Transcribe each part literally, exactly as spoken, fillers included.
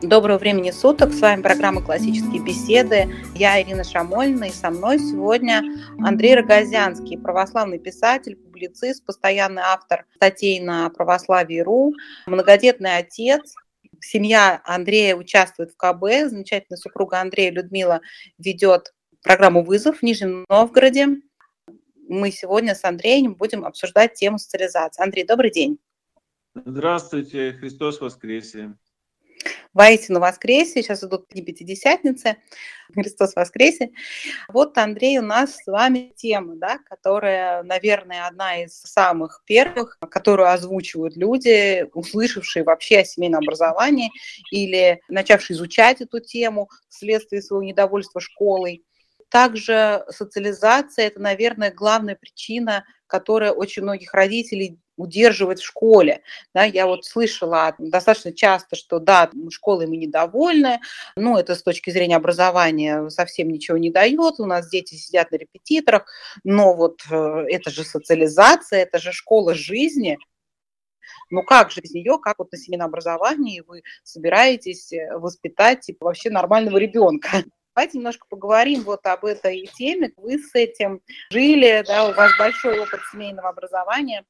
Доброго времени суток, с вами программа «Классические беседы». Я Ирина Шамольна, и со мной сегодня Андрей Рогозянский, православный писатель, публицист, постоянный автор статей на православии точка ру, многодетный отец. Семья Андрея участвует в ка бэ, замечательная супруга Андрея Людмила ведет программу «Вызов» в Нижнем Новгороде. Мы сегодня с Андреем будем обсуждать тему социализации. Андрей, добрый день. Здравствуйте, Христос воскресе. Воистину воскресе, сейчас идут дни Пятидесятницы, Христос воскресе. Вот, Андрей, у нас с вами тема, да, которая, наверное, одна из самых первых, которую озвучивают люди, услышавшие вообще о семейном образовании или начавшие изучать эту тему вследствие своего недовольства школой. Также социализация – это, наверное, главная причина, которая очень многих родителей удерживает в школе. Да, я вот слышала достаточно часто, что да, школой мы недовольны, ну, это с точки зрения образования совсем ничего не дает, у нас дети сидят на репетиторах, но вот э, это же социализация, это же школа жизни. Ну как же без нее, как вот на семейном образовании вы собираетесь воспитать типа, вообще нормального ребенка? Давайте немножко поговорим вот об этой теме. Вы с этим жили, да, у вас большой опыт семейного образования.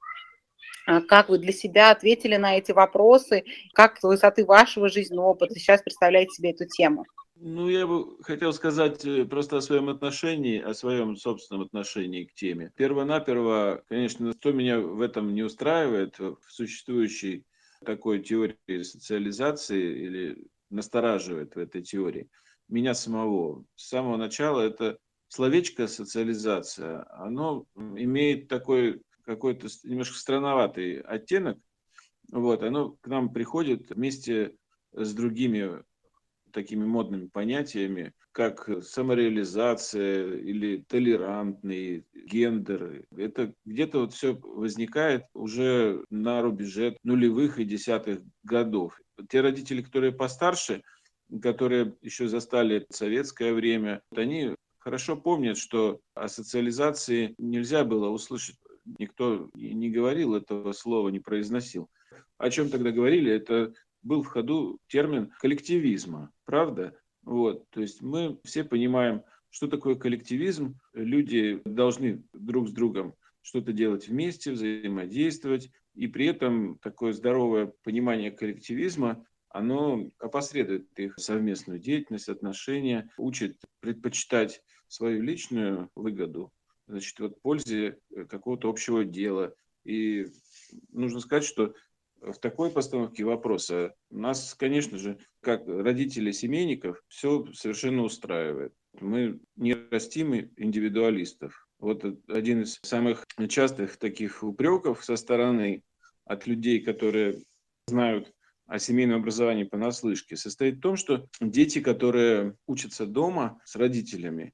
Как вы для себя ответили на эти вопросы? Как с высоты вашего жизненного опыта сейчас представляете себе эту тему? Ну, я бы хотел сказать просто о своем отношении, о своем собственном отношении к теме. Перво-наперво, конечно, что меня в этом не устраивает, в существующей такой теории социализации или настораживает в этой теории, меня самого. С самого начала это словечко социализация, оно имеет такой какой-то немножко странноватый оттенок. Вот, оно к нам приходит вместе с другими такими модными понятиями, как самореализация или толерантный гендер. Это где-то вот все возникает уже на рубеже нулевых и десятых годов. Те родители, которые постарше, которые еще застали советское время, они хорошо помнят, что о социализации нельзя было услышать. Никто не говорил этого слова, не произносил. О чем тогда говорили? Это был в ходу термин коллективизма, правда? Вот, то есть мы все понимаем, что такое коллективизм. Люди должны друг с другом что-то делать вместе, взаимодействовать, и при этом такое здоровое понимание коллективизма, оно опосредует их совместную деятельность, отношения, учит предпочитать свою личную выгоду, значит, вот пользе какого-то общего дела. И нужно сказать, что в такой постановке вопроса нас, конечно же, как родители семейников, все совершенно устраивает. Мы не растим индивидуалистов. Вот один из самых частых таких упреков со стороны от людей, которые знают о семейном образовании понаслышке, состоит в том, что дети, которые учатся дома с родителями,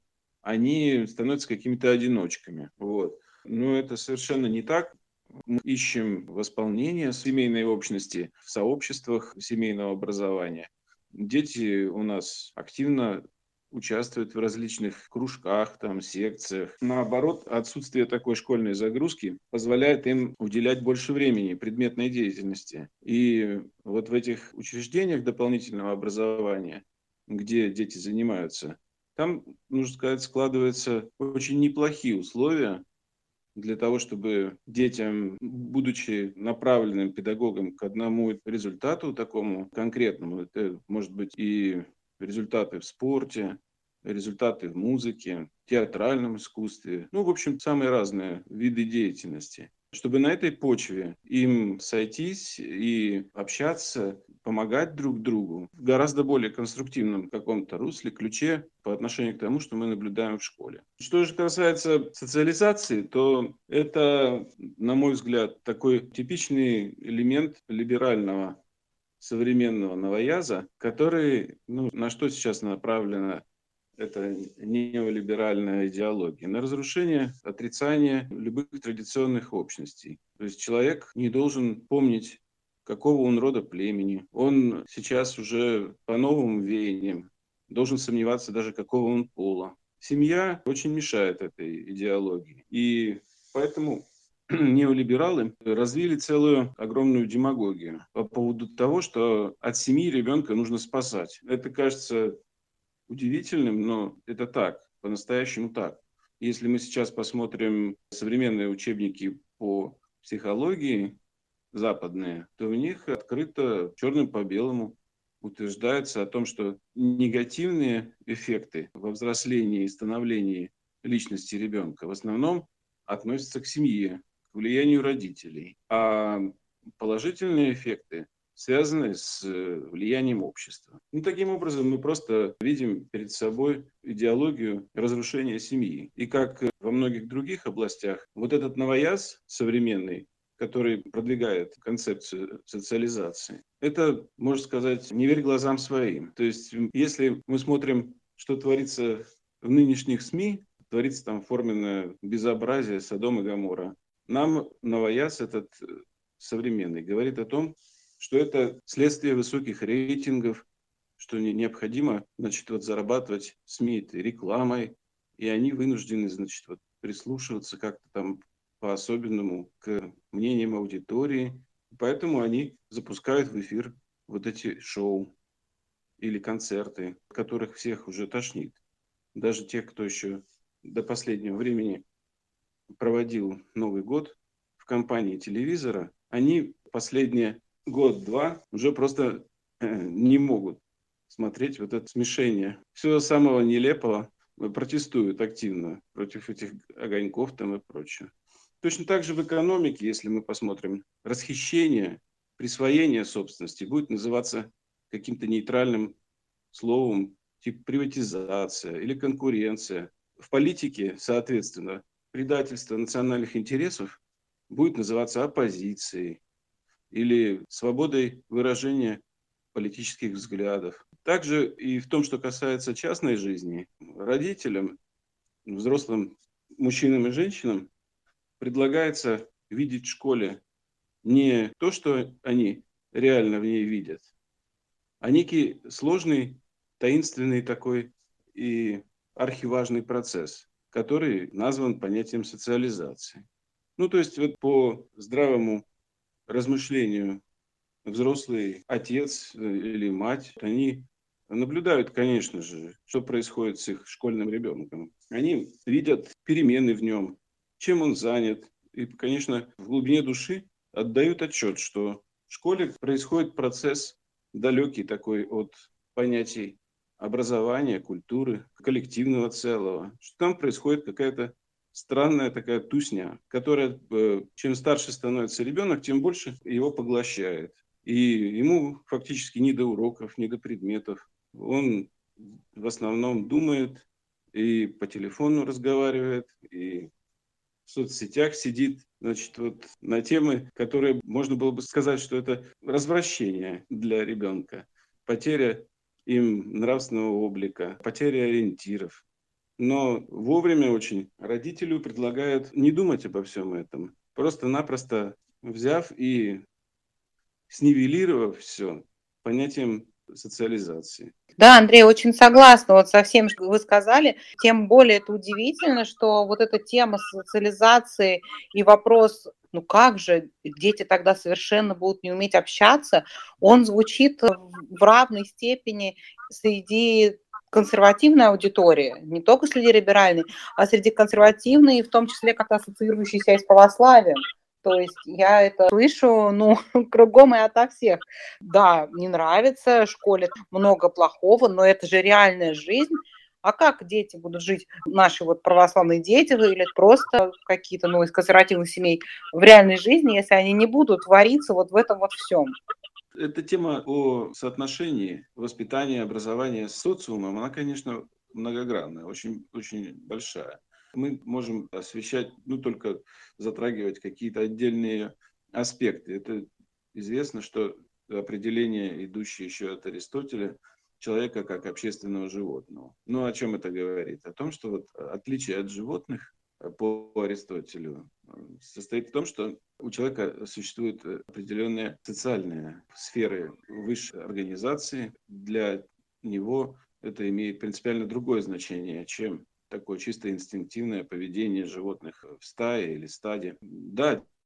они становятся какими-то одиночками. Вот. Но это совершенно не так. Мы ищем восполнение семейной общности в сообществах семейного образования. Дети у нас активно участвуют в различных кружках, там, секциях. Наоборот, отсутствие такой школьной загрузки позволяет им уделять больше времени предметной деятельности. И вот в этих учреждениях дополнительного образования, где дети занимаются, там, нужно сказать, складываются очень неплохие условия для того, чтобы детям, будучи направленным педагогом к одному результату такому конкретному, это может быть и результаты в спорте, результаты в музыке, театральном искусстве, ну, в общем, самые разные виды деятельности. Чтобы на этой почве им сойтись и общаться, помогать друг другу в гораздо более конструктивном каком-то русле, ключе по отношению к тому, что мы наблюдаем в школе. Что же касается социализации, то это, на мой взгляд, такой типичный элемент либерального современного новояза, который, ну, на что сейчас направлена эта неолиберальная идеология, на разрушение, отрицание любых традиционных общностей. То есть человек не должен помнить, какого он рода племени. Он сейчас уже по новым веяниям должен сомневаться даже, какого он пола. Семья очень мешает этой идеологии. И поэтому неолибералы развили целую огромную демагогию по поводу того, что от семьи ребенка нужно спасать. Это кажется удивительным, но это так, по-настоящему так. Если мы сейчас посмотрим современные учебники по психологии западные, то в них открыто черным по белому утверждается о том, что негативные эффекты во взрослении и становлении личности ребенка в основном относятся к семье, к влиянию родителей, а положительные эффекты связаны с влиянием общества. Ну, таким образом, мы просто видим перед собой идеологию разрушения семьи. И как во многих других областях, вот этот новояз современный, который продвигает концепцию социализации, это, можно сказать, не верь глазам своим. То есть, если мы смотрим, что творится в нынешних СМИ, творится там форменное безобразие Содом и Гоморра, нам новояз этот современный говорит о том, что это следствие высоких рейтингов, что необходимо, значит, вот зарабатывать СМИ рекламой, и они вынуждены, значит, вот прислушиваться как-то там по-особенному к мнениям аудитории. Поэтому они запускают в эфир вот эти шоу или концерты, которых всех уже тошнит. Даже тех, кто еще до последнего времени проводил Новый год в компании телевизора, они последние год-два уже просто не могут смотреть вот это смешение. Всего самого нелепого протестуют активно против этих огоньков там и прочего. Точно так же в экономике, если мы посмотрим, расхищение, присвоение собственности будет называться каким-то нейтральным словом, типа приватизация или конкуренция. В политике, соответственно, предательство национальных интересов будет называться оппозицией или свободой выражения политических взглядов. Также и в том, что касается частной жизни, родителям, взрослым мужчинам и женщинам предлагается видеть в школе не то, что они реально в ней видят, а некий сложный, таинственный такой и архиважный процесс, который назван понятием социализации. Ну, то есть вот по здравому размышлению взрослый отец или мать, они наблюдают, конечно же, что происходит с их школьным ребенком. Они видят перемены в нем, чем он занят. И, конечно, в глубине души отдают отчет, что в школе происходит процесс далекий такой от понятий образования, культуры, коллективного целого, что там происходит какая-то странная такая тусня, которая, чем старше становится ребенок, тем больше его поглощает. И ему фактически ни до уроков, ни до предметов. Он в основном думает и по телефону разговаривает, и в соцсетях сидит, значит, вот на темы, которые можно было бы сказать, что это развращение для ребенка, потеря им нравственного облика, потеря ориентиров. Но вовремя очень родителю предлагают не думать обо всем этом, просто-напросто взяв и снивелировав все понятием социализации. Да, Андрей, очень согласна вот со всем, что вы сказали. Тем более это удивительно, что вот эта тема социализации и вопрос, ну как же дети тогда совершенно будут не уметь общаться, он звучит в равной степени среди консервативной аудитории, не только среди либеральной, а среди консервативной, в том числе как-то ассоциирующейся с православием. То есть я это слышу, ну, кругом и ото всех. Да, не нравится, в школе много плохого, но это же реальная жизнь. А как дети будут жить, наши вот православные дети или просто какие-то, ну, из консервативных семей в реальной жизни, если они не будут вариться вот в этом вот всем? Эта тема о соотношении воспитания, образования с социумом, она, конечно, многогранная, очень, очень большая. Мы можем освещать, ну, только затрагивать какие-то отдельные аспекты. Это известно, что определение, идущее еще от Аристотеля, человека как общественного животного. Ну, о чем это говорит? О том, что вот отличие от животных по Аристотелю состоит в том, что у человека существуют определенные социальные сферы высшей организации. Для него это имеет принципиально другое значение, чем такое чисто инстинктивное поведение животных в стае или стаде. Да,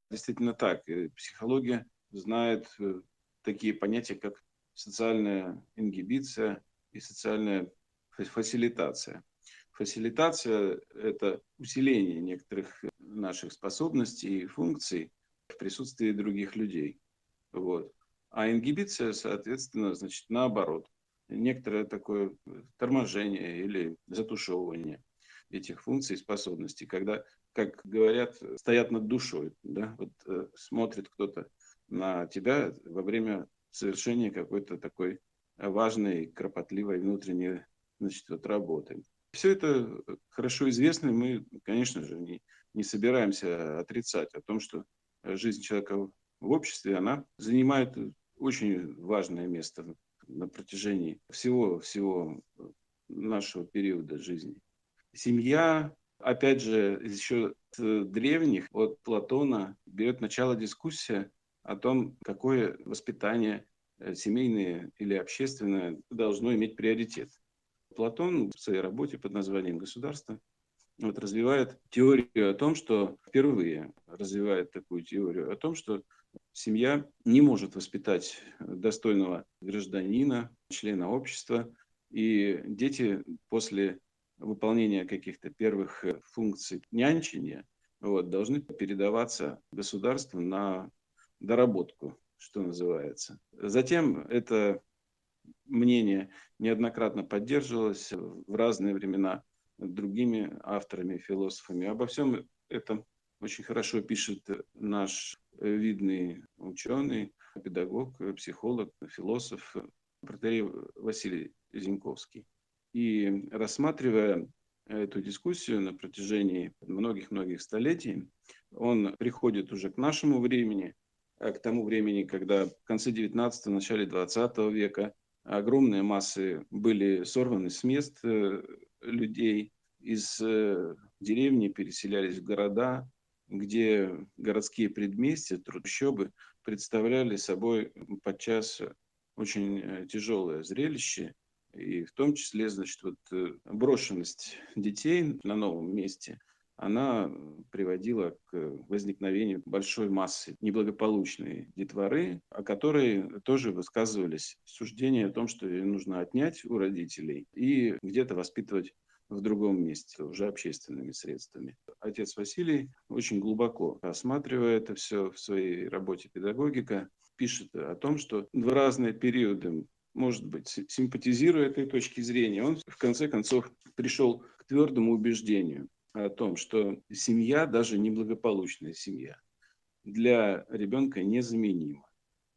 действительно так. И психология знает такие понятия, как социальная ингибиция и социальная фасилитация. Фасилитация – это усиление некоторых наших способностей и функций в присутствии других людей. Вот. А ингибиция, соответственно, значит, наоборот. Некоторое такое торможение или затушевывание этих функций и способностей, когда, как говорят, стоят над душой. Да? Вот, э, смотрит кто-то на тебя во время совершения какой-то такой важной, кропотливой внутренней, значит, вот, работы. Все это хорошо известно, и мы, конечно же, не, не собираемся отрицать о том, что жизнь человека в обществе, она занимает очень важное место на протяжении всего, всего нашего периода жизни. Семья, опять же, еще с древних, от Платона, берет начало дискуссия о том, какое воспитание семейное или общественное должно иметь приоритет. Платон в своей работе под названием «Государство» вот развивает теорию о том, что впервые развивает такую теорию о том, что семья не может воспитать достойного гражданина, члена общества, и дети после выполнения каких-то первых функций нянчения вот, должны передаваться государству на доработку, что называется. Затем это мнение неоднократно поддерживалось в разные времена другими авторами, философами. Обо всем этом очень хорошо пишет наш видный ученый, педагог, психолог, философ протоиерей Василий Зиньковский. И рассматривая эту дискуссию на протяжении многих-многих столетий, он приходит уже к нашему времени, к тому времени, когда в конце девятнадцатого, начале двадцатого века огромные массы были сорваны с мест людей, из деревни переселялись в города, где городские предместья, трущобы представляли собой подчас очень тяжелое зрелище, и в том числе, значит, вот брошенность детей на новом месте, она приводила к возникновению большой массы неблагополучной детворы, о которой тоже высказывались суждения о том, что ее нужно отнять у родителей и где-то воспитывать в другом месте, уже общественными средствами. Отец Василий очень глубоко осматривая это все в своей работе «Педагогика», пишет о том, что в разные периоды, может быть, симпатизируя этой точке зрения, он в конце концов пришел к твердому убеждению о том, что семья, даже неблагополучная семья, для ребенка незаменима.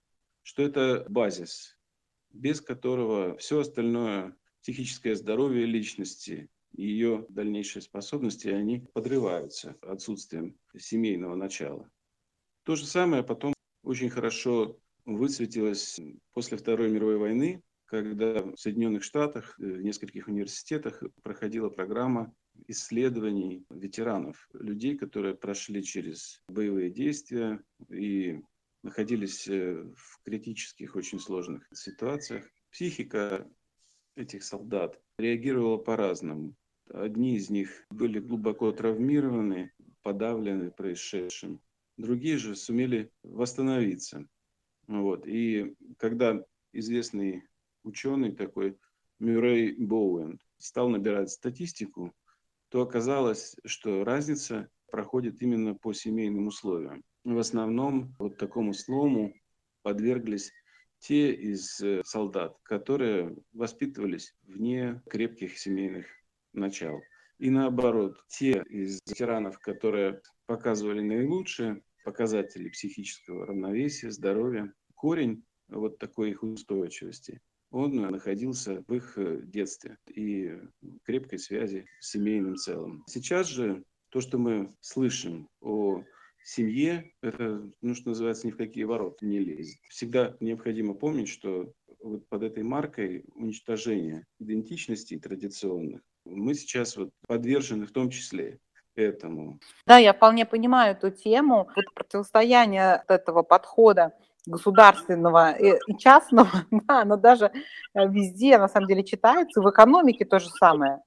Что это базис, без которого все остальное, психическое здоровье личности, ее дальнейшие способности, они подрываются отсутствием семейного начала. То же самое потом очень хорошо высветилось после Второй мировой войны, когда в Соединенных Штатах в нескольких университетах проходила программа исследований ветеранов, людей, которые прошли через боевые действия и находились в критических, очень сложных ситуациях. Психика этих солдат реагировала по-разному. Одни из них были глубоко травмированы, подавлены происшедшим. Другие же сумели восстановиться. Вот. И когда известный ученый такой Мюррей Боуэн стал набирать статистику, то оказалось, что разница проходит именно по семейным условиям. В основном вот такому слому подверглись те из солдат, которые воспитывались вне крепких семейных начал. И наоборот, те из ветеранов, которые показывали наилучшие показатели психического равновесия, здоровья, корень вот такой их устойчивости, он находился в их детстве и крепкой связи с семейным целым. Сейчас же то, что мы слышим о семье, это, ну, что называется, ни в какие ворота не лезет. Всегда необходимо помнить, что вот под этой маркой уничтожения идентичностей традиционных мы сейчас вот подвержены в том числе этому. Да, я вполне понимаю эту тему. Вот противостояние этого подхода государственного и частного, да, оно даже везде, на самом деле, читается, в экономике то же самое.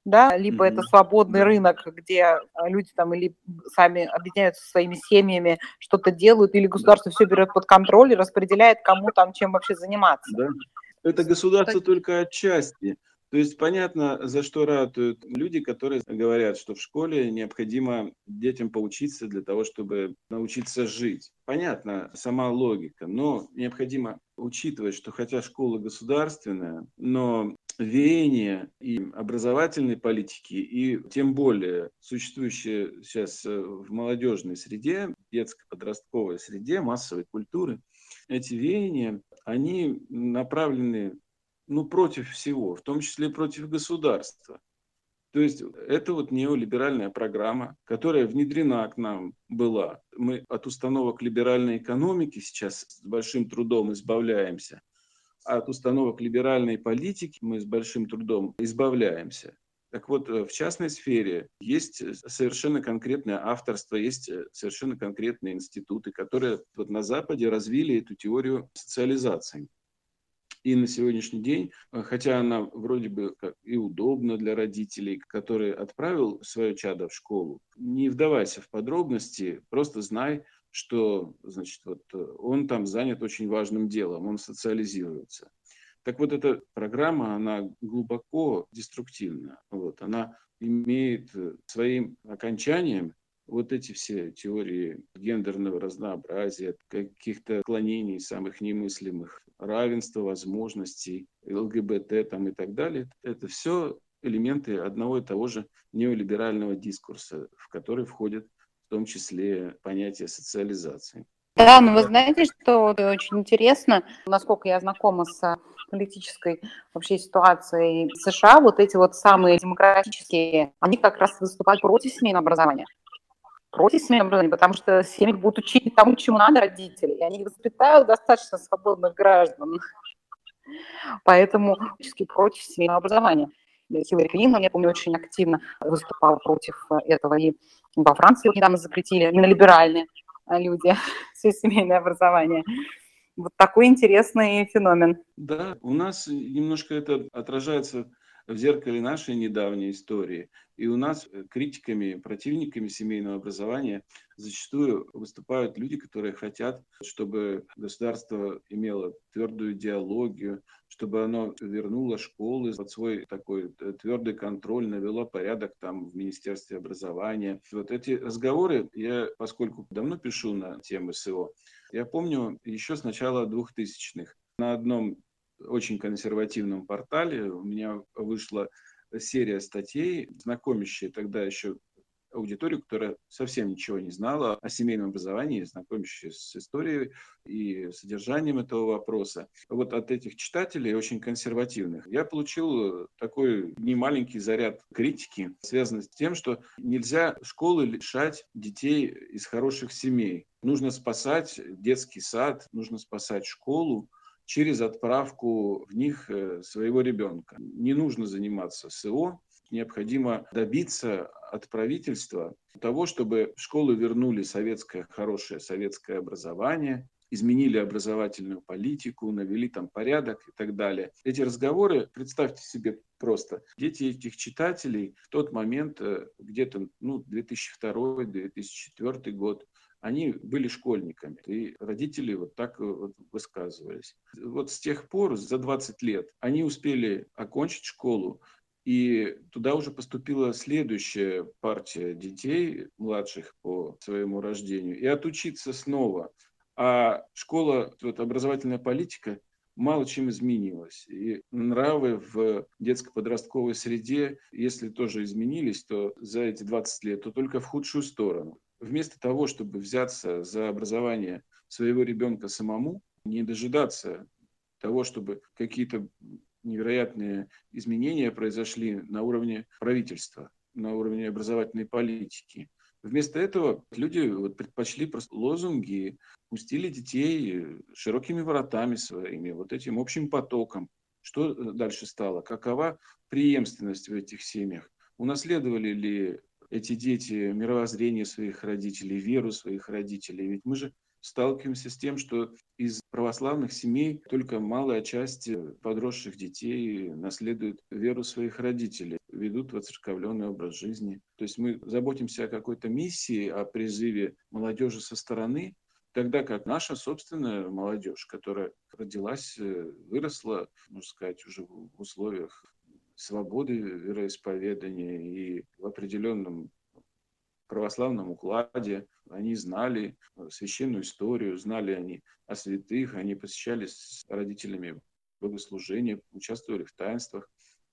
да, либо это Мгм. свободный Да. рынок, где а, люди там или сами объединяются со своими семьями, что-то делают, или Да. государство все берет под контроль и распределяет, кому там чем вообще заниматься. Да. Это государство только отчасти. То есть понятно, за что ратуют люди, которые говорят, что в школе необходимо детям поучиться для того, чтобы научиться жить. Понятна сама логика, но необходимо учитывать, что хотя школа государственная, но веяние и образовательной политики, и тем более существующие сейчас э, в молодежной среде, детско-подростковой среде, массовой культуры, эти веяния, они направлены, ну, против всего, в том числе против государства. То есть это вот неолиберальная программа, которая внедрена к нам была. Мы от установок либеральной экономики сейчас с большим трудом избавляемся, а от установок либеральной политики мы с большим трудом избавляемся. Так вот, э, в частной сфере есть э, совершенно конкретное авторство, есть э, совершенно конкретные институты, которые вот на Западе развили эту теорию социализации. И на сегодняшний день, э, хотя она вроде бы как и удобна для родителей, который отправил свое чадо в школу, не вдавайся в подробности, просто знай, что, значит, вот э, он там занят очень важным делом, он социализируется. Так вот, эта программа, она глубоко деструктивна. Вот, она имеет э, своим окончанием вот эти все теории гендерного разнообразия, каких-то отклонений самых немыслимых, равенства возможностей, ЛГБТ там и так далее. Это все элементы одного и того же неолиберального дискурса, в который входит в том числе понятие социализации. Да, но вы знаете, что вот очень интересно, насколько я знакома с политической вообще ситуацией в США, вот эти вот самые демократические, они как раз выступают против семейного образования. Против семейного образования, потому что семьи будут учить тому, чему надо родители, и они воспитают достаточно свободных граждан. Поэтому практически против семейного образования. Хиллари Клинтон, я помню, очень активно выступала против этого. И во Франции вот недавно запретили, именно либеральные люди, все семейное образование. Вот такой интересный феномен. Да, у нас немножко это отражается в зеркале нашей недавней истории. И у нас э, критиками, противниками семейного образования зачастую выступают люди, которые хотят, чтобы государство имело твердую идеологию, чтобы оно вернуло школы под свой такой э, твердый контроль, навело порядок там в Министерстве образования. Вот эти разговоры, я, поскольку давно пишу на темы СО, я помню еще с начала двухтысячных. На одном очень консервативном портале у меня вышла серия статей, знакомящая тогда еще аудиторию, которая совсем ничего не знала о семейном образовании, знакомящая с историей и содержанием этого вопроса. Вот от этих читателей, очень консервативных, я получил такой немаленький заряд критики, связанный с тем, что нельзя школы лишать детей из хороших семей. Нужно спасать детский сад, нужно спасать школу через отправку в них э, своего ребенка. Не нужно заниматься СО, необходимо добиться от правительства того, чтобы в школы вернули советское, хорошее советское образование, изменили образовательную политику, навели там порядок и так далее. Эти разговоры, представьте себе просто, дети этих читателей в тот момент, э, где-то ну, две тысячи второй - две тысячи четвёртый год, они были школьниками, и родители вот так вот высказывались. Вот с тех пор, за двадцать лет, они успели окончить школу, и туда уже поступила следующая партия детей, младших по своему рождению, и отучиться снова. А школа, вот образовательная политика мало чем изменилась. И нравы в детско-подростковой среде, если тоже изменились, то за эти двадцать лет, то только в худшую сторону. Вместо того, чтобы взяться за образование своего ребенка самому, не дожидаться того, чтобы какие-то невероятные изменения произошли на уровне правительства, на уровне образовательной политики. Вместо этого люди вот предпочли просто лозунги, пустили детей широкими воротами своими, вот этим общим потоком. Что дальше стало? Какова преемственность в этих семьях? Унаследовали ли эти дети мировоззрение своих родителей, веру своих родителей? Ведь мы же сталкиваемся с тем, что из православных семей только малая часть подросших детей наследует веру своих родителей. ведут воцерковленный образ жизни. То есть мы заботимся о какой-то миссии, о призыве молодежи со стороны, тогда как наша собственная молодежь, которая родилась, выросла, можно сказать, уже в условиях свободы вероисповедания и в определенном православном укладе, они знали священную историю, знали они о святых, они посещали с родителями богослужения, участвовали в таинствах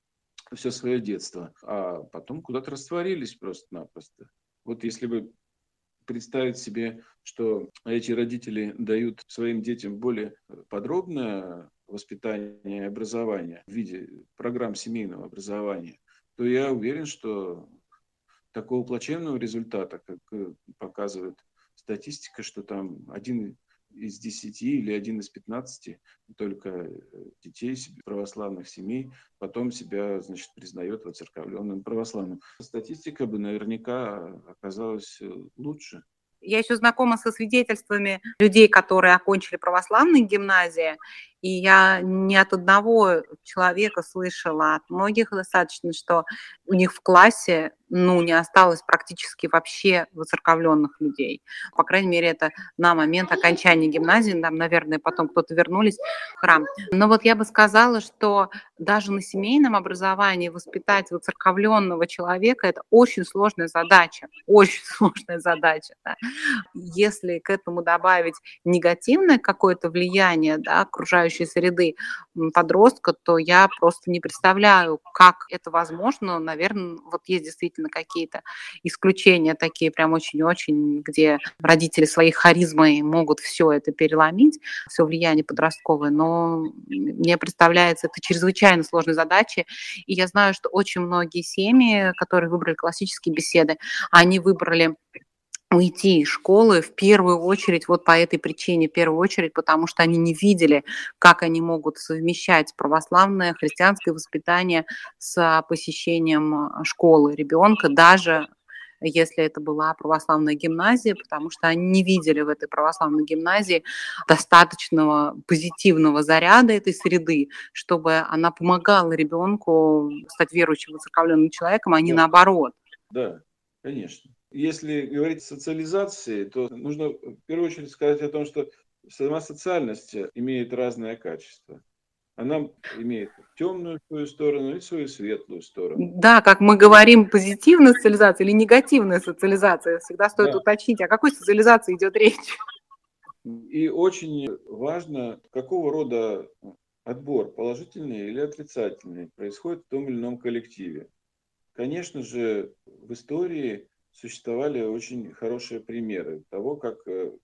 все свое детство, а потом куда-то растворились просто-напросто. Вот если бы представить себе, что эти родители дают своим детям более подробное воспитание и образование в виде программ семейного образования, то я уверен, что такого плачевного результата, как показывает статистика, что там один из десяти или один из пятнадцати только детей православных семей потом себя, значит, признает воцерковленным православным. Статистика бы наверняка оказалась лучше. Я еще знакома со свидетельствами людей, которые окончили православные гимназии, и я не от одного человека слышала, от многих достаточно, что у них в классе, ну, не осталось практически вообще воцерковленных людей. По крайней мере, это на момент окончания гимназии, там, наверное, потом кто-то вернулись в храм. Но вот я бы сказала, что даже на семейном образовании воспитать воцерковленного человека – это очень сложная задача, очень сложная задача, да. Если к этому добавить негативное какое-то влияние, да, окружающей среды подростка, то я просто не представляю, как это возможно. Наверное, вот есть действительно какие-то исключения такие прям очень-очень, где родители своей харизмой могут все это переломить, все влияние подростковое, но мне представляется это чрезвычайно сложной задачей, и я знаю, что очень многие семьи, которые выбрали классические беседы, они выбрали уйти из школы в первую очередь вот по этой причине, в первую очередь, потому что они не видели, как они могут совмещать православное христианское воспитание с посещением школы ребенка, даже если это была православная гимназия, потому что они не видели в этой православной гимназии достаточного позитивного заряда этой среды, чтобы она помогала ребенку стать верующим, воцерковленным человеком, а не Да. наоборот. Да, конечно. Если говорить о социализации, то нужно в первую очередь сказать о том, что сама социальность имеет разное качество. Она имеет темную свою сторону и свою светлую сторону. Да, как мы говорим, позитивная социализация или негативная социализация, всегда стоит Да. уточнить, о какой социализации идет речь. И очень важно, какого рода отбор, положительный или отрицательный, происходит в том или ином коллективе. Конечно же, в истории существовали очень хорошие примеры того, как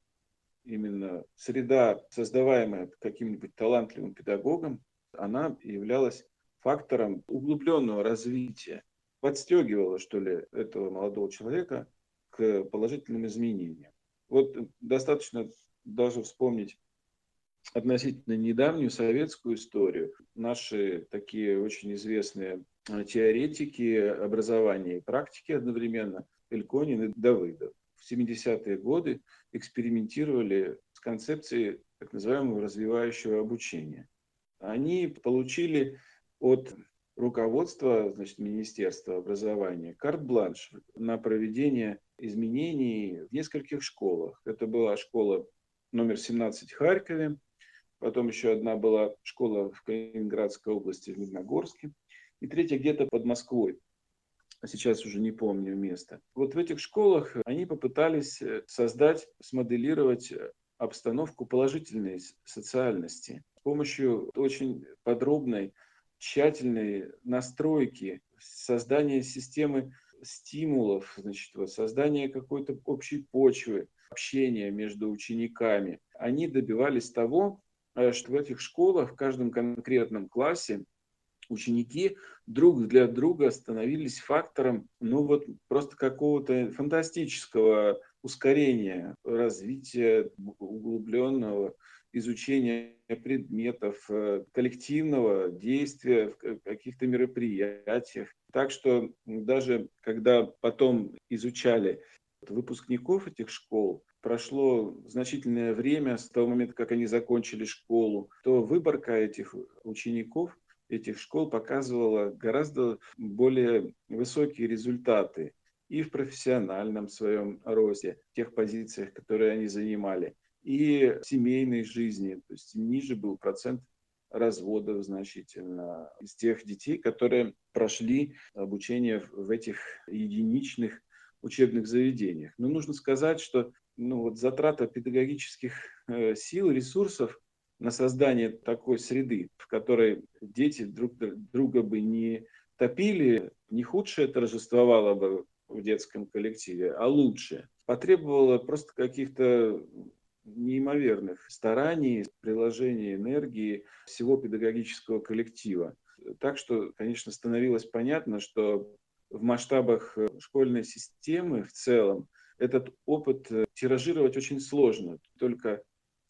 именно среда, создаваемая каким-нибудь талантливым педагогом, она являлась фактором углубленного развития, подстегивала, что ли, этого молодого человека к положительным изменениям. Вот достаточно даже вспомнить относительно недавнюю советскую историю. Наши такие очень известные теоретики образования и практики одновременно, Эльконин и Давыдов, в семидесятые годы экспериментировали с концепцией так называемого развивающего обучения. Они получили от руководства, значит, Министерства образования карт-бланш на проведение изменений в нескольких школах. Это была школа номер семнадцать в Харькове, потом еще одна была школа в Калининградской области, в Медногорске, и третья где-то под Москвой. Сейчас уже не помню место. Вот в этих школах они попытались создать, смоделировать обстановку положительной социальности с помощью очень подробной, тщательной настройки, создания системы стимулов, значит, вот, создания какой-то общей почвы, общения между учениками. Они добивались того, что в этих школах, в каждом конкретном классе, ученики друг для друга становились фактором, ну вот просто какого-то фантастического ускорения, развития углубленного изучения предметов, коллективного действия в каких-то мероприятиях. Так что даже когда потом изучали выпускников этих школ, прошло значительное время с того момента, как они закончили школу, то выборка этих учеников этих школ показывала гораздо более высокие результаты и в профессиональном своем росте, в тех позициях, которые они занимали, и в семейной жизни. То есть ниже был процент разводов значительно из тех детей, которые прошли обучение в этих единичных учебных заведениях. Но нужно сказать, что ну, вот затрата педагогических э, сил, ресурсов на создание такой среды, в которой дети друг друга бы не топили, не худшее торжествовало бы в детском коллективе, а лучшее. Потребовало просто каких-то неимоверных стараний, приложения энергии всего педагогического коллектива. Так что, конечно, становилось понятно, что в масштабах школьной системы в целом этот опыт тиражировать очень сложно. Только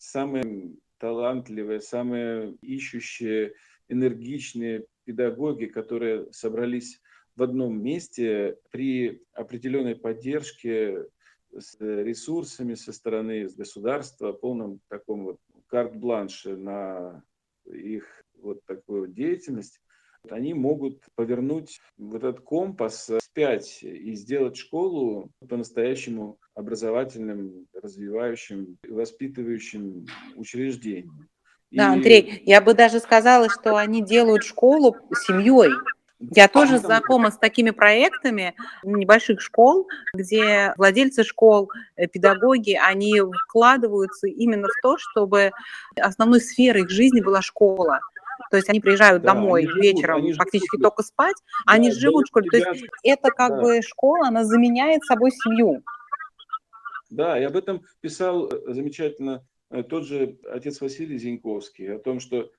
самые талантливые, самые ищущие, энергичные педагоги, которые собрались в одном месте при определенной поддержке с ресурсами со стороны государства, полном таком вот карт-бланше на их вот такую деятельность, они могут повернуть вот этот компас вспять и сделать школу по-настоящему образовательным, развивающим, воспитывающим учреждением. Да, И Андрей, я бы даже сказала, что они делают школу семьей. Я тоже знакома с такими проектами небольших школ, где владельцы школ, э, педагоги, они вкладываются именно в то, чтобы основной сферой их жизни была школа. То есть они приезжают да, они домой живут, вечером они живут, фактически только спать, да, они живут в школе. То есть ребят, это как да. бы школа, она заменяет собой семью. Да, и об этом писал замечательно тот же отец Василий Зиньковский, о том, что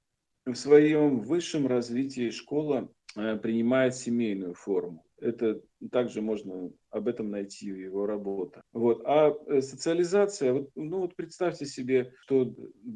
в своем высшем развитии школа принимает семейную форму. Это также можно об этом найти в его работах. Вот. А социализация, вот, ну вот представьте себе, что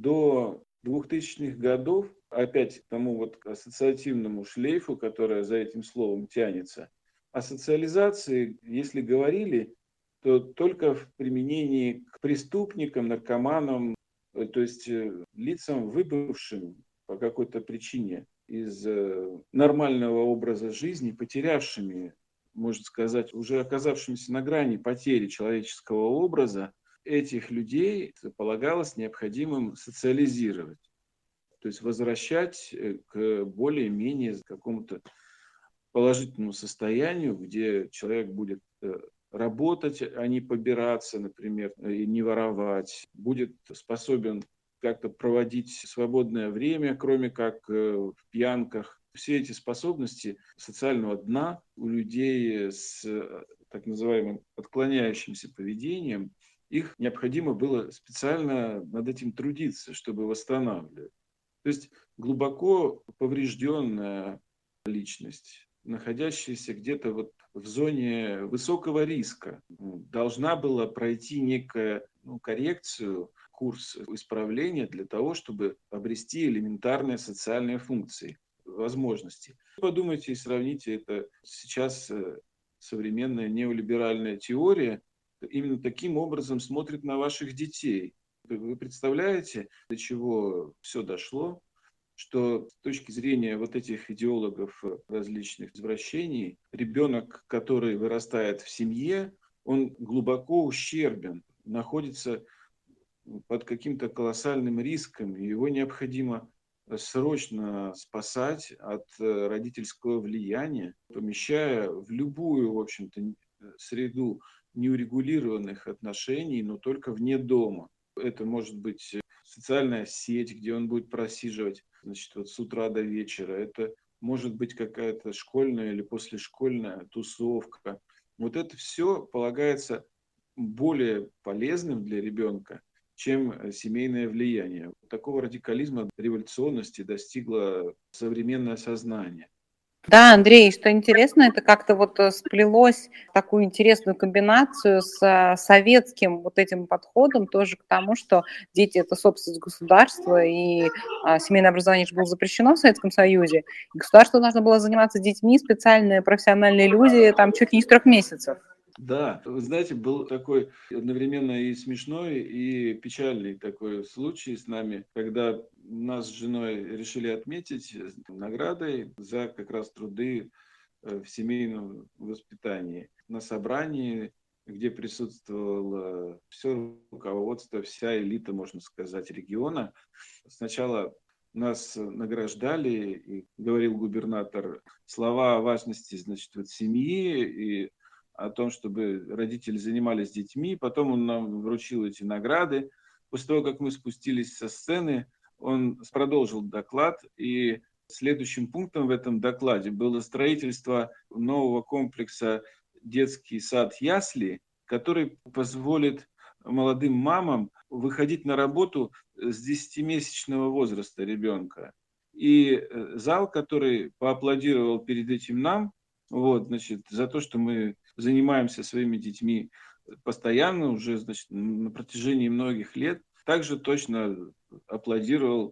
до двухтысячных годов, опять к тому вот ассоциативному шлейфу, который за этим словом тянется, о социализации, если говорили, то только в применении к преступникам, наркоманам, то есть лицам, выбывшим по какой-то причине из нормального образа жизни, потерявшими, можно сказать, уже оказавшимися на грани потери человеческого образа, этих людей полагалось необходимым социализировать, то есть возвращать к более-менее какому-то положительному состоянию, где человек будет работать, а не побираться, например, и не воровать, будет способен как-то проводить свободное время, кроме как в пьянках. Все эти способности социального дна у людей с так называемым отклоняющимся поведением, их необходимо было специально над этим трудиться, чтобы восстанавливать. То есть глубоко поврежденная личность, находящаяся где-то вот в зоне высокого риска, должна была пройти некую ну, коррекцию, курс исправления для того, чтобы обрести элементарные социальные функции, возможности. Подумайте и сравните это сейчас современная неолиберальная теория именно таким образом смотрит на ваших детей. Вы представляете, до чего все дошло? Что с точки зрения вот этих идеологов различных извращений, ребенок, который вырастает в семье, он глубоко ущербен, находится под каким-то колоссальным риском, и его необходимо срочно спасать от родительского влияния, помещая в любую, в общем-то, среду неурегулированных отношений, но только вне дома. Это может быть социальная сеть, где он будет просиживать, значит, вот с утра до вечера. Это может быть какая-то школьная или послешкольная тусовка. Вот это все полагается более полезным для ребенка, чем семейное влияние. Такого радикализма, революционности достигло современное сознание. Да, Андрей, что интересно, это как-то вот сплелось в такую интересную комбинацию с советским вот этим подходом тоже к тому, что дети – это собственность государства, и а, семейное образование же было запрещено в Советском Союзе, и государство должно было заниматься детьми, специальные профессиональные люди, там чуть ли не с трех месяцев. Да, вы знаете, был такой одновременно и смешной, и печальный такой случай с нами, когда нас с женой решили отметить наградой за как раз труды э, в семейном воспитании. На собрании, где присутствовало все руководство, вся элита, можно сказать, региона. Сначала нас награждали, и говорил губернатор слова о важности, значит, вот семьи и о том, чтобы родители занимались детьми. Потом он нам вручил эти награды. После того, как мы спустились со сцены, он продолжил доклад, и следующим пунктом в этом докладе было строительство нового комплекса детский сад ясли, который позволит молодым мамам выходить на работу с десятимесячного возраста ребенка. И зал, который поаплодировал перед этим нам, вот, значит, за то, что мы занимаемся своими детьми постоянно, уже, значит, на протяжении многих лет, также точно аплодировал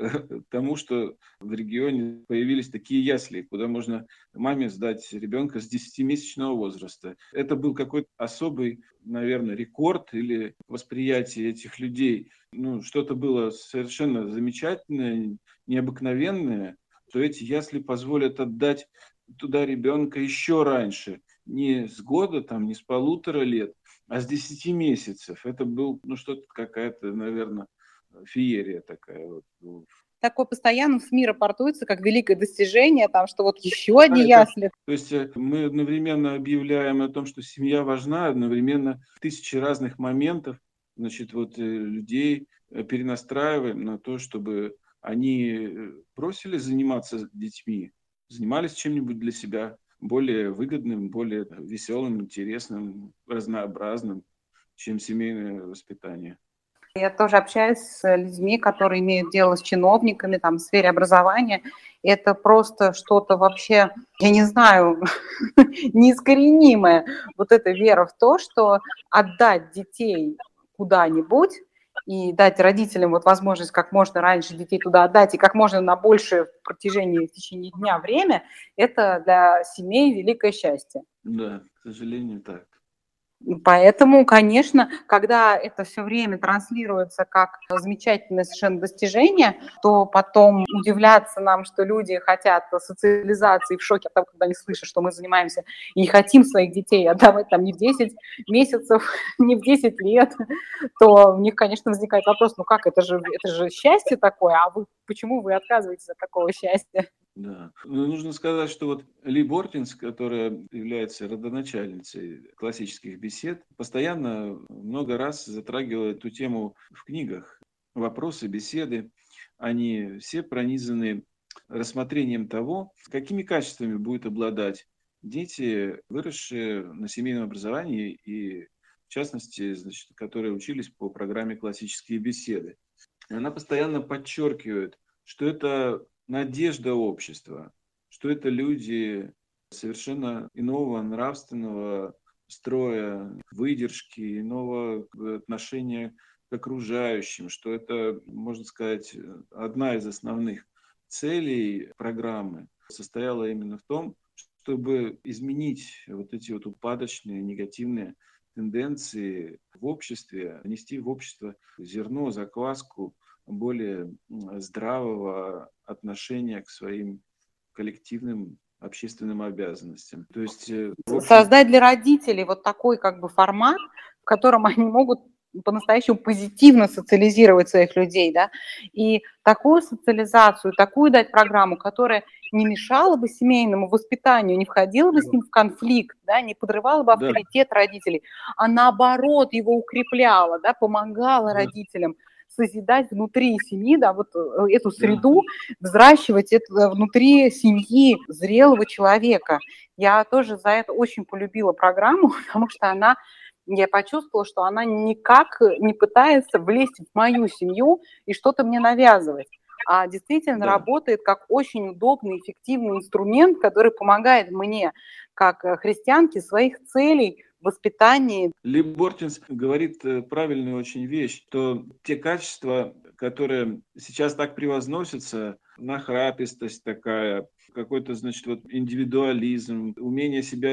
тому, что в регионе появились такие ясли, куда можно маме сдать ребенка с десятимесячного возраста. Это был какой-то особый, наверное, рекорд или восприятие этих людей. Ну, что-то было совершенно замечательное, необыкновенное, что эти ясли позволят отдать туда ребенка еще раньше, не с года, там, не с полутора лет, а с десяти месяцев. Это был, ну, что-то какая-то, наверное, феерия такая. Вот. Такое постоянно в СМИ рапортуется как великое достижение, там, что вот еще одни это, ясли. То есть мы одновременно объявляем о том, что семья важна, одновременно тысячи разных моментов, значит, вот людей перенастраиваем на то, чтобы они бросили заниматься детьми, занимались чем-нибудь для себя более выгодным, более веселым, интересным, разнообразным, чем семейное воспитание. Я тоже общаюсь с людьми, которые имеют дело с чиновниками там, в сфере образования. Это просто что-то вообще, я не знаю, неискоренимое. Вот эта вера в то, что отдать детей куда-нибудь и дать родителям вот возможность как можно раньше детей туда отдать и как можно на большее в протяжении в течение дня время, это для семей великое счастье. Да, к сожалению, так. Поэтому, конечно, когда это все время транслируется как замечательное совершенно достижение, то потом удивляться нам, что люди хотят социализации, в шоке от того, когда они слышат, что мы занимаемся и не хотим своих детей отдавать там не в десять месяцев, не в десять лет, то у них, конечно, возникает вопрос, ну как, это же, это же счастье такое, а вы почему вы отказываетесь от такого счастья? Да. Но нужно сказать, что вот Ли Бортинс, которая является родоначальницей классических бесед, постоянно много раз затрагивала эту тему в книгах. Вопросы, беседы, они все пронизаны рассмотрением того, какими качествами будут обладать дети, выросшие на семейном образовании и, в частности, значит, которые учились по программе «Классические беседы». И она постоянно подчеркивает, что это надежда общества, что это люди совершенно иного нравственного строя, выдержки, иного отношения к окружающим, что это, можно сказать, одна из основных целей программы состояла именно в том, чтобы изменить вот эти вот упадочные, негативные тенденции в обществе, внести в общество зерно, закваску более здравого отношения к своим коллективным общественным обязанностям. То есть, в общем... Создать для родителей вот такой как бы формат, в котором они могут по-настоящему позитивно социализировать своих людей, да, и такую социализацию, такую дать программу, которая не мешала бы семейному воспитанию, не входила бы с ним в конфликт, да, не подрывала бы авторитет да. родителей, а наоборот его укрепляла, да, помогала да. родителям созидать внутри семьи, да, вот эту среду, да. взращивать это внутри семьи зрелого человека. Я тоже за это очень полюбила программу, потому что она, я почувствовала, что она никак не пытается влезть в мою семью и что-то мне навязывать, а действительно да. работает как очень удобный, эффективный инструмент, который помогает мне, как христианке, своих целей в воспитании. Ли Бортинс говорит правильную очень вещь, что те качества, которые сейчас так превозносятся, нахрапистость такая, какой-то, значит, вот индивидуализм, умение себя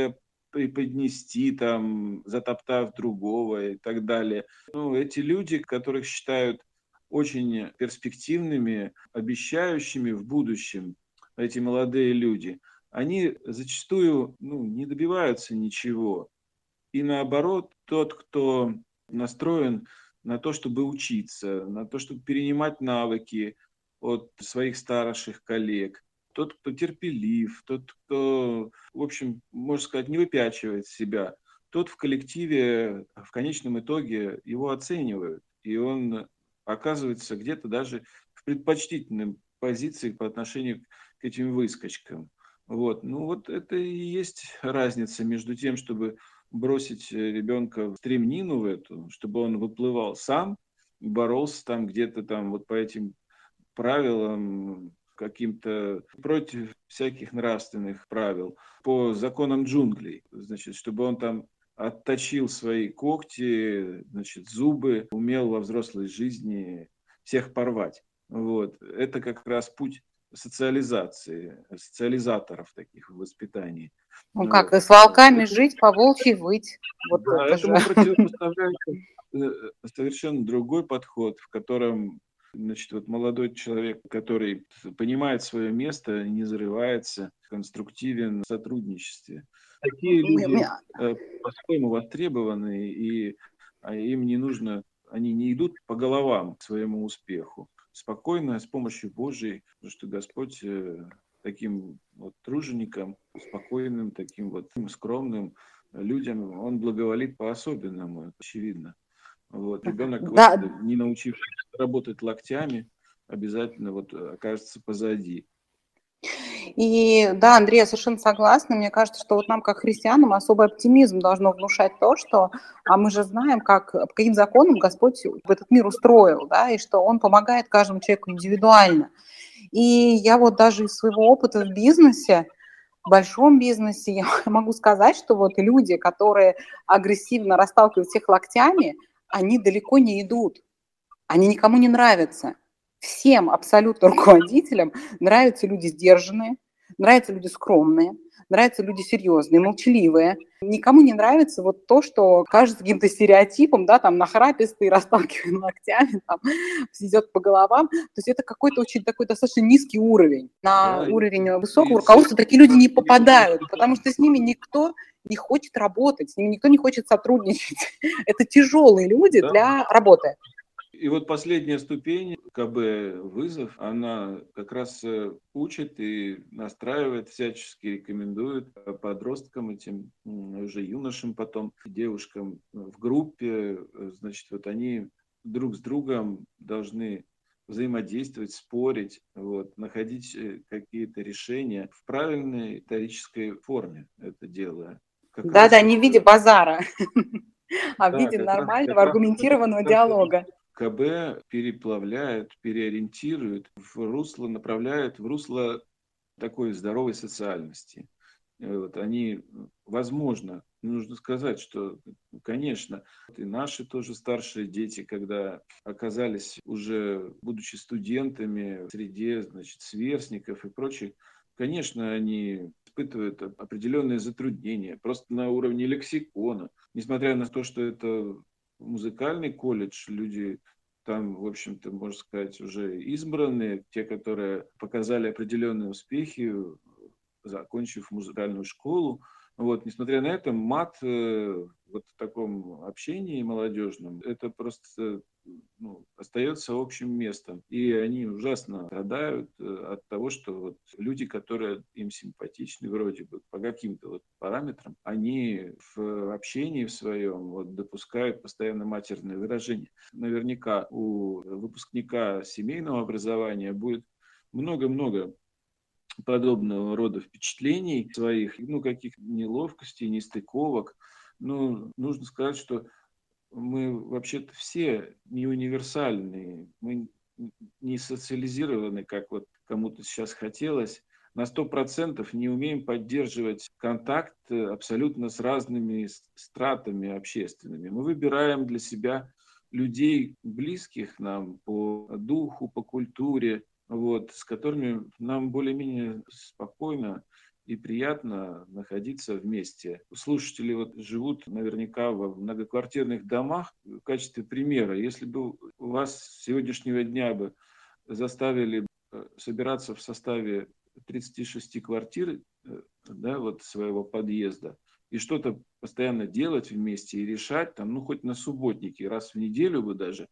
преподнести, там, затоптав другого и так далее. Ну, эти люди, которых считают очень перспективными, обещающими в будущем, эти молодые люди, они зачастую ну, не добиваются ничего. И наоборот, тот, кто настроен на то, чтобы учиться, на то, чтобы перенимать навыки от своих старших коллег, тот, кто терпелив, тот, кто, в общем, можно сказать, не выпячивает себя, тот в коллективе в конечном итоге его оценивают. И он оказывается где-то даже в предпочтительной позиции по отношению к этим выскочкам. Вот. Ну вот это и есть разница между тем, чтобы бросить ребенка в стремнину в эту, чтобы он выплывал сам, боролся там где-то там вот по этим правилам, каким-то против всяких нравственных правил, по законам джунглей, значит, чтобы он там отточил свои когти, значит, зубы, умел во взрослой жизни всех порвать. Вот. Это как раз путь социализации, социализаторов таких в воспитании. Ну Ну как, вот. и с волками жить, по волчьи выть. Вот Да, это же. этому противопоставляется э, совершенно другой подход, в котором значит, вот молодой человек, который понимает свое место, не зарывается, конструктивен в сотрудничестве. Такие люди э, по-своему востребованы, и а им не нужно, они не идут по головам к своему успеху. Спокойно, с помощью Божией, потому что Господь э, таким вот труженикам, спокойным, таким вот скромным людям, он благоволит по-особенному, это очевидно. Вот. Ребенок, вот, Да, не научившись работать локтями, обязательно вот окажется позади. и да, Андрей, я совершенно согласна. Мне кажется, что вот нам, как христианам, особый оптимизм должно внушать то, что а мы же знаем, как, по каким законам Господь этот мир устроил, да, и что Он помогает каждому человеку индивидуально. И я вот даже из своего опыта в бизнесе, в большом бизнесе, я могу сказать, что вот люди, которые агрессивно расталкивают всех локтями, они далеко не идут, они никому не нравятся. Всем абсолютно руководителям нравятся люди сдержанные, нравятся люди скромные, нравятся люди серьезные, молчаливые. Никому не нравится вот то, что кажется каким-то стереотипом, да, там, нахрапистый, расталкиваемый локтями, там, идет по головам. То есть это какой-то очень такой достаточно низкий уровень. На Да, уровень и, высокого и руководства церковь, такие люди не как видно, попадают, потому что с ними никто не хочет работать, с ними никто не хочет сотрудничать. Это тяжелые люди да. для работы. И вот последняя ступень, КБ вызов, она как раз э, учит и настраивает, всячески рекомендует подросткам этим, м, уже юношам потом, девушкам в группе, э, значит, вот они друг с другом должны взаимодействовать, спорить, вот, находить э, какие-то решения в правильной риторической форме это делая. Как раз Да-да, вот, не в виде э, базара, а в да, виде как раз, нормального как раз аргументированного как раз диалога. КБ переплавляет, переориентирует в русло, направляет в русло такой здоровой социальности. Вот, они, возможно, нужно сказать, что, конечно, и наши тоже старшие дети, когда оказались уже, будучи студентами, в среде, значит, сверстников и прочих, конечно, они испытывают определенные затруднения просто на уровне лексикона. Несмотря на то, что это музыкальный колледж, люди там, в общем-то, можно сказать, уже избранные, те, которые показали определенные успехи, закончив музыкальную школу. Вот, несмотря на это, мат э, вот в таком общении молодежном, это просто ну, остается общим местом. И они ужасно страдают э, от того, что вот люди, которые им симпатичны вроде бы по каким-то вот параметрам, они в общении в своем вот, допускают постоянно матерные выражения. Наверняка у выпускника семейного образования будет много-много подобного рода впечатлений своих, ну, каких неловкостей, нестыковок. Ну, нужно сказать, что мы вообще-то все не универсальные, мы не социализированы, как вот кому-то сейчас хотелось, на сто процентов не умеем поддерживать контакт абсолютно с разными стратами общественными. Мы выбираем для себя людей, близких нам по духу, по культуре, вот, с которыми нам более-менее спокойно и приятно находиться вместе. Слушатели вот живут наверняка в многоквартирных домах. В качестве примера, если бы у вас с сегодняшнего дня бы заставили собираться в составе тридцати шести квартир, да, вот своего подъезда, и что-то постоянно делать вместе и решать, там, ну, хоть на субботнике, раз в неделю бы даже,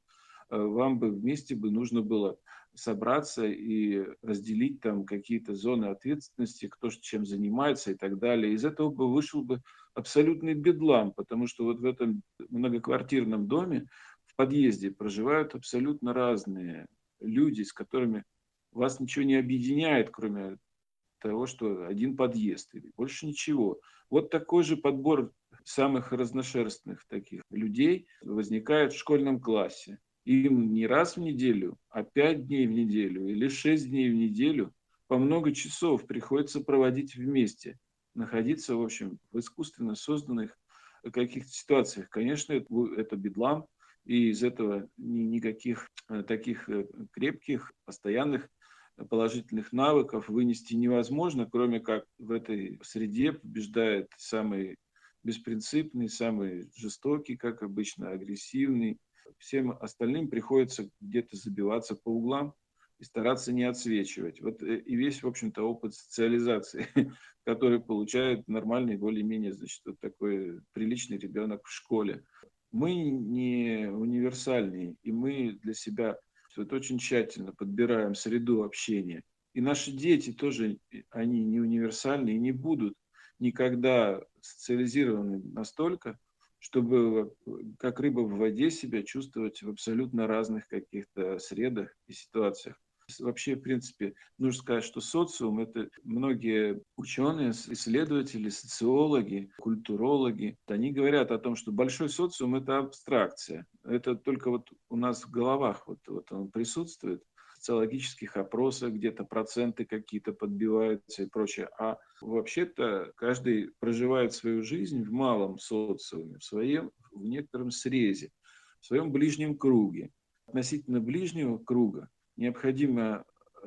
вам бы вместе бы нужно было собраться и разделить там какие-то зоны ответственности, кто чем занимается и так далее. Из этого бы вышел бы абсолютный бедлам, потому что вот в этом многоквартирном доме в подъезде проживают абсолютно разные люди, с которыми вас ничего не объединяет, кроме того, что один подъезд, или больше ничего. Вот такой же подбор самых разношерстных таких людей возникает в школьном классе. Им не раз в неделю, а пять дней в неделю или шесть дней в неделю по много часов приходится проводить вместе, находиться, в общем, в искусственно созданных каких-то ситуациях. Конечно, это, это бедлам, и из этого ни, никаких таких крепких, постоянных положительных навыков вынести невозможно, кроме как в этой среде побеждает самый беспринципный, самый жестокий, как обычно, агрессивный. Всем остальным приходится где-то забиваться по углам и стараться не отсвечивать. Вот и весь, в общем-то, опыт социализации, который получает нормальный, более-менее, значит, вот такой приличный ребенок в школе. Мы не универсальные, и мы для себя вот очень тщательно подбираем среду общения. И наши дети тоже, они не универсальны и не будут никогда социализированы настолько, чтобы как рыба в воде себя чувствовать в абсолютно разных каких-то средах и ситуациях. Вообще, в принципе, нужно сказать, что социум – это многие ученые, исследователи, социологи, культурологи. Они говорят о том, что большой социум – это абстракция. Это только вот у нас в головах вот, вот он присутствует. В социологических опросах где-то проценты какие-то подбиваются и прочее. А вообще-то каждый проживает свою жизнь в малом социуме, в своем, в некотором срезе, в своем ближнем круге. Относительно ближнего круга необходимо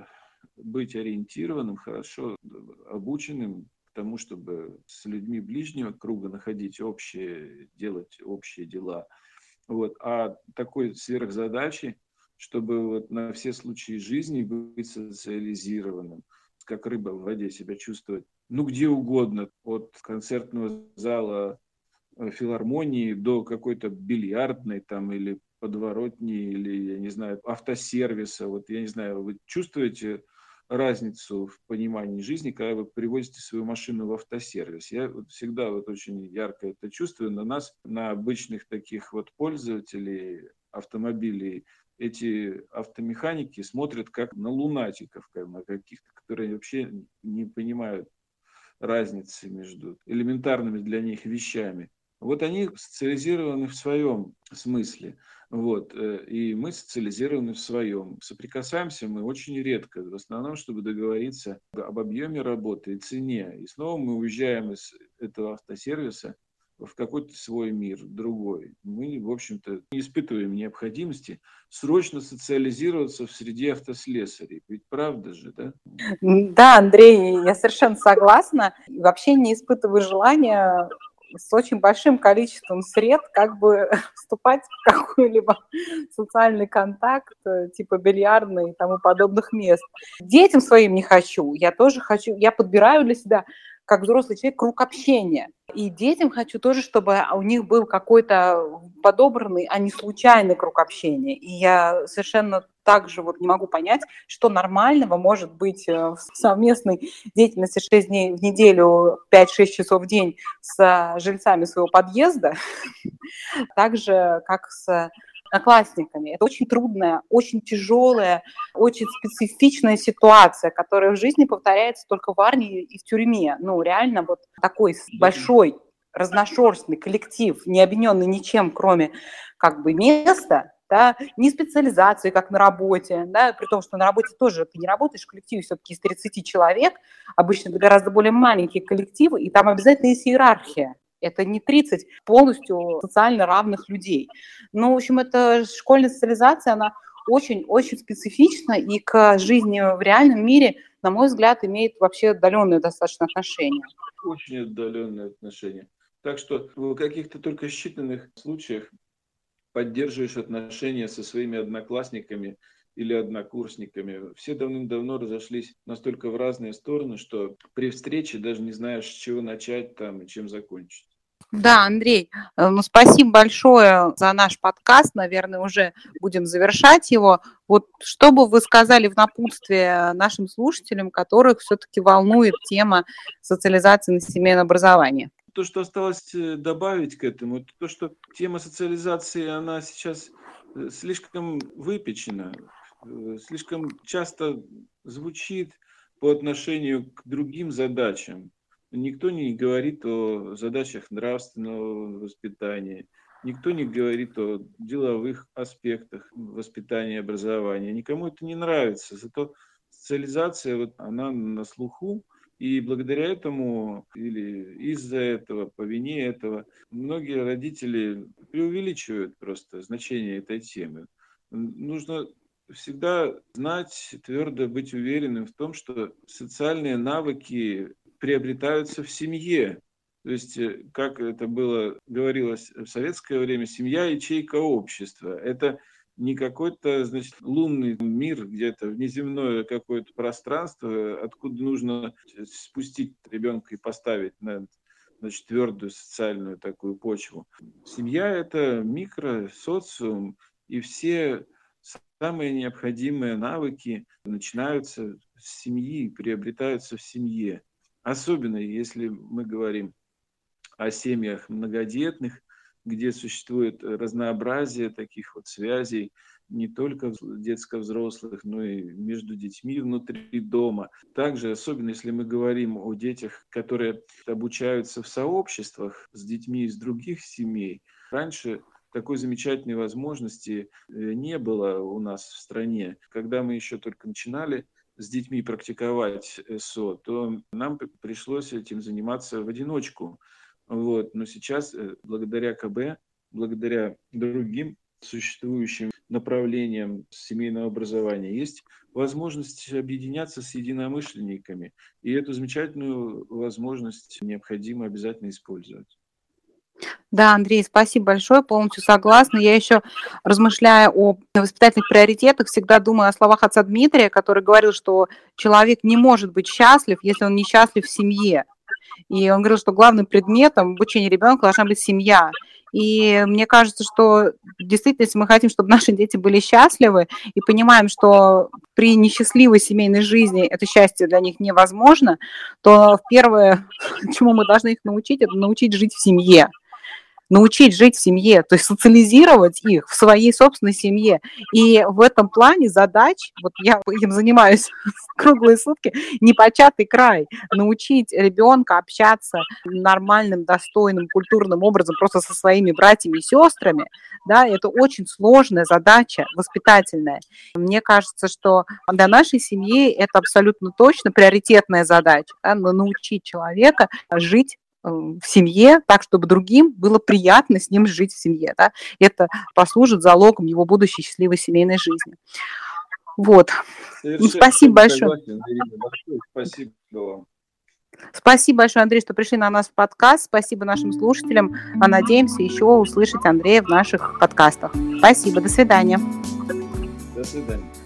быть ориентированным, хорошо обученным к тому, чтобы с людьми ближнего круга находить общее, делать общие дела. Вот. А такой сверхзадачей, чтобы вот на все случаи жизни быть социализированным, как рыба в воде себя чувствовать, ну где угодно, от концертного зала филармонии до какой-то бильярдной там или подворотни, или, я не знаю, автосервиса. Вот, я не знаю, вы чувствуете разницу в понимании жизни, когда вы привозите свою машину в автосервис? Я вот всегда вот очень ярко это чувствую. На нас, на обычных таких вот пользователей автомобилей, эти автомеханики смотрят как на лунатиков, как на каких-то, которые вообще не понимают разницы между элементарными для них вещами. Вот они социализированы в своем смысле, вот, и мы социализированы в своем. Соприкасаемся мы очень редко, в основном, чтобы договориться об объеме работы и цене. И снова мы уезжаем из этого автосервиса в какой-то свой мир, другой. Мы, в общем-то, не испытываем необходимости срочно социализироваться в среде автослесарей. Ведь правда же, да? Да, Андрей, я совершенно согласна. Вообще не испытываю желания с очень большим количеством сред как бы вступать в какой-либо социальный контакт, типа бильярдной и тому подобных мест. Детям своим не хочу. Я тоже хочу, я подбираю для себя, как взрослый человек, круг общения. И детям хочу тоже, чтобы у них был какой-то подобранный, а не случайный круг общения. И я совершенно также вот не могу понять, что нормального может быть в совместной деятельности шесть дней в неделю, пять-шесть часов в день с жильцами своего подъезда, так же, как с одноклассниками. Это очень трудная, очень тяжелая, очень специфичная ситуация, которая в жизни повторяется только в армии и в тюрьме. Ну, реально вот такой большой, разношерстный коллектив, не объединенный ничем, кроме как бы места, да, не специализации, как на работе, да, при том, что на работе тоже ты не работаешь в коллективе все-таки из тридцати человек, обычно это гораздо более маленькие коллективы, и там обязательно есть иерархия. Это не тридцать полностью социально равных людей. Ну, в общем, эта школьная социализация, она очень-очень специфична, и к жизни в реальном мире на мой взгляд, имеет вообще отдаленные достаточно отношения. Очень отдаленные отношения. Так что в каких-то только считанных случаях поддерживаешь отношения со своими одноклассниками или однокурсниками. Все давным-давно разошлись настолько в разные стороны, что при встрече даже не знаешь, с чего начать там и чем закончить. Да, Андрей, ну спасибо большое за наш подкаст. Наверное, уже будем завершать его. Вот что бы вы сказали в напутствие нашим слушателям, которых все-таки волнует тема социализации на семейном образовании? То, что осталось добавить к этому, это то, что тема социализации, она сейчас слишком выпечена, слишком часто звучит по отношению к другим задачам. Никто не говорит о задачах нравственного воспитания, никто не говорит о деловых аспектах воспитания и образования. Никому это не нравится. Зато социализация, вот, она на слуху, и благодаря этому или из-за этого, по вине этого, многие родители преувеличивают просто значение этой темы. Нужно всегда знать, твердо быть уверенным в том, что социальные навыки приобретаются в семье. То есть, как это было, говорилось в советское время, семья – ячейка общества. Это не какой-то, значит, лунный мир, где-то внеземное какое-то пространство, откуда нужно спустить ребенка и поставить на, значит, твердую социальную такую почву. Семья – это микросоциум, и все самые необходимые навыки начинаются с семьи, приобретаются в семье. Особенно если мы говорим о семьях многодетных, где существует разнообразие таких вот связей не только детско-взрослых, но и между детьми внутри дома. Также, особенно если мы говорим о детях, которые обучаются в сообществах с детьми из других семей, раньше такой замечательной возможности не было у нас в стране. Когда мы еще только начинали с детьми практиковать СО, то нам пришлось этим заниматься в одиночку. Вот. Но сейчас, благодаря КБ, благодаря другим существующим направлениям семейного образования, есть возможность объединяться с единомышленниками. И эту замечательную возможность необходимо обязательно использовать. Да, Андрей, спасибо большое, полностью согласна. Я еще, размышляя о воспитательных приоритетах, всегда думаю о словах отца Дмитрия, который говорил, что человек не может быть счастлив, если он не счастлив в семье. И он говорил, что главным предметом обучения ребенка должна быть семья. И мне кажется, что действительно, если мы хотим, чтобы наши дети были счастливы, и понимаем, что при несчастливой семейной жизни это счастье для них невозможно, то первое, чему мы должны их научить, это научить жить в семье. Научить жить в семье, то есть социализировать их в своей собственной семье. И в этом плане задач, вот я этим занимаюсь круглые сутки, непочатый край. Научить ребенка общаться нормальным, достойным, культурным образом просто со своими братьями и сестрами, да, это очень сложная задача воспитательная. Мне кажется, что для нашей семьи это абсолютно точно приоритетная задача, да, научить человека жить в семье, так, чтобы другим было приятно с ним жить в семье. Да? Это послужит залогом его будущей счастливой семейной жизни. Вот. Ну, спасибо большое. большое. Спасибо вам. Спасибо большое, Андрей, что пришли на наш подкаст. Спасибо нашим слушателям. Надеемся еще услышать Андрея в наших подкастах. Спасибо. До свидания. До свидания.